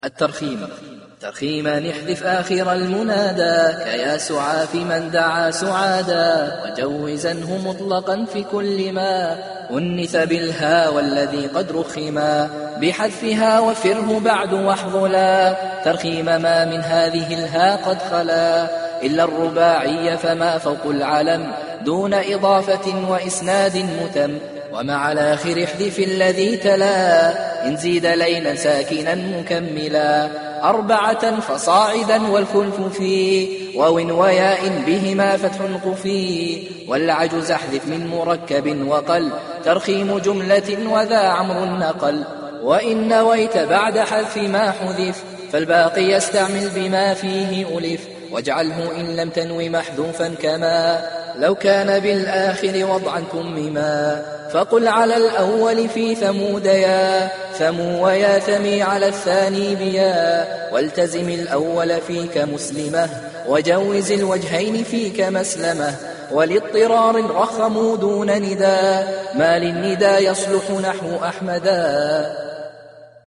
الترخيم. ترخيما احذف آخر المنادى كيا سعاف من دعا سعادا، وجوزنه مطلقا في كل ما أنث بالها والذي قد رخما، بحذفها وفره بعد واحظلا، ترخيم ما من هذه الها قد خلا، إلا الرباعي فما فوق العلم دون إضافة وإسناد متم، ومع الآخر احذف الذي تلا، إن زيد لينا ساكنا مكملا، 4 فصاعدا والخلف في واو وياء بهما فتح قفي، والعجز احذف من مركب وقل، ترخيم جملة وذا عمرو نقل، وإن نويت بعد حذف ما حذف فالباقي يستعمل بما فيه ألف، واجعله إن لم تنو محذوفا كما لو كان بالآخر وضعا كمما، فقل على الأول في ثمود يا ثمو ويا ثمي على الثاني بيا، والتزم الأول فيك مسلمة وجوز الوجهين فيك مسلمة، ولاضطرار رخموا دون نداء ما للنداء يصلح نحو أحمدا.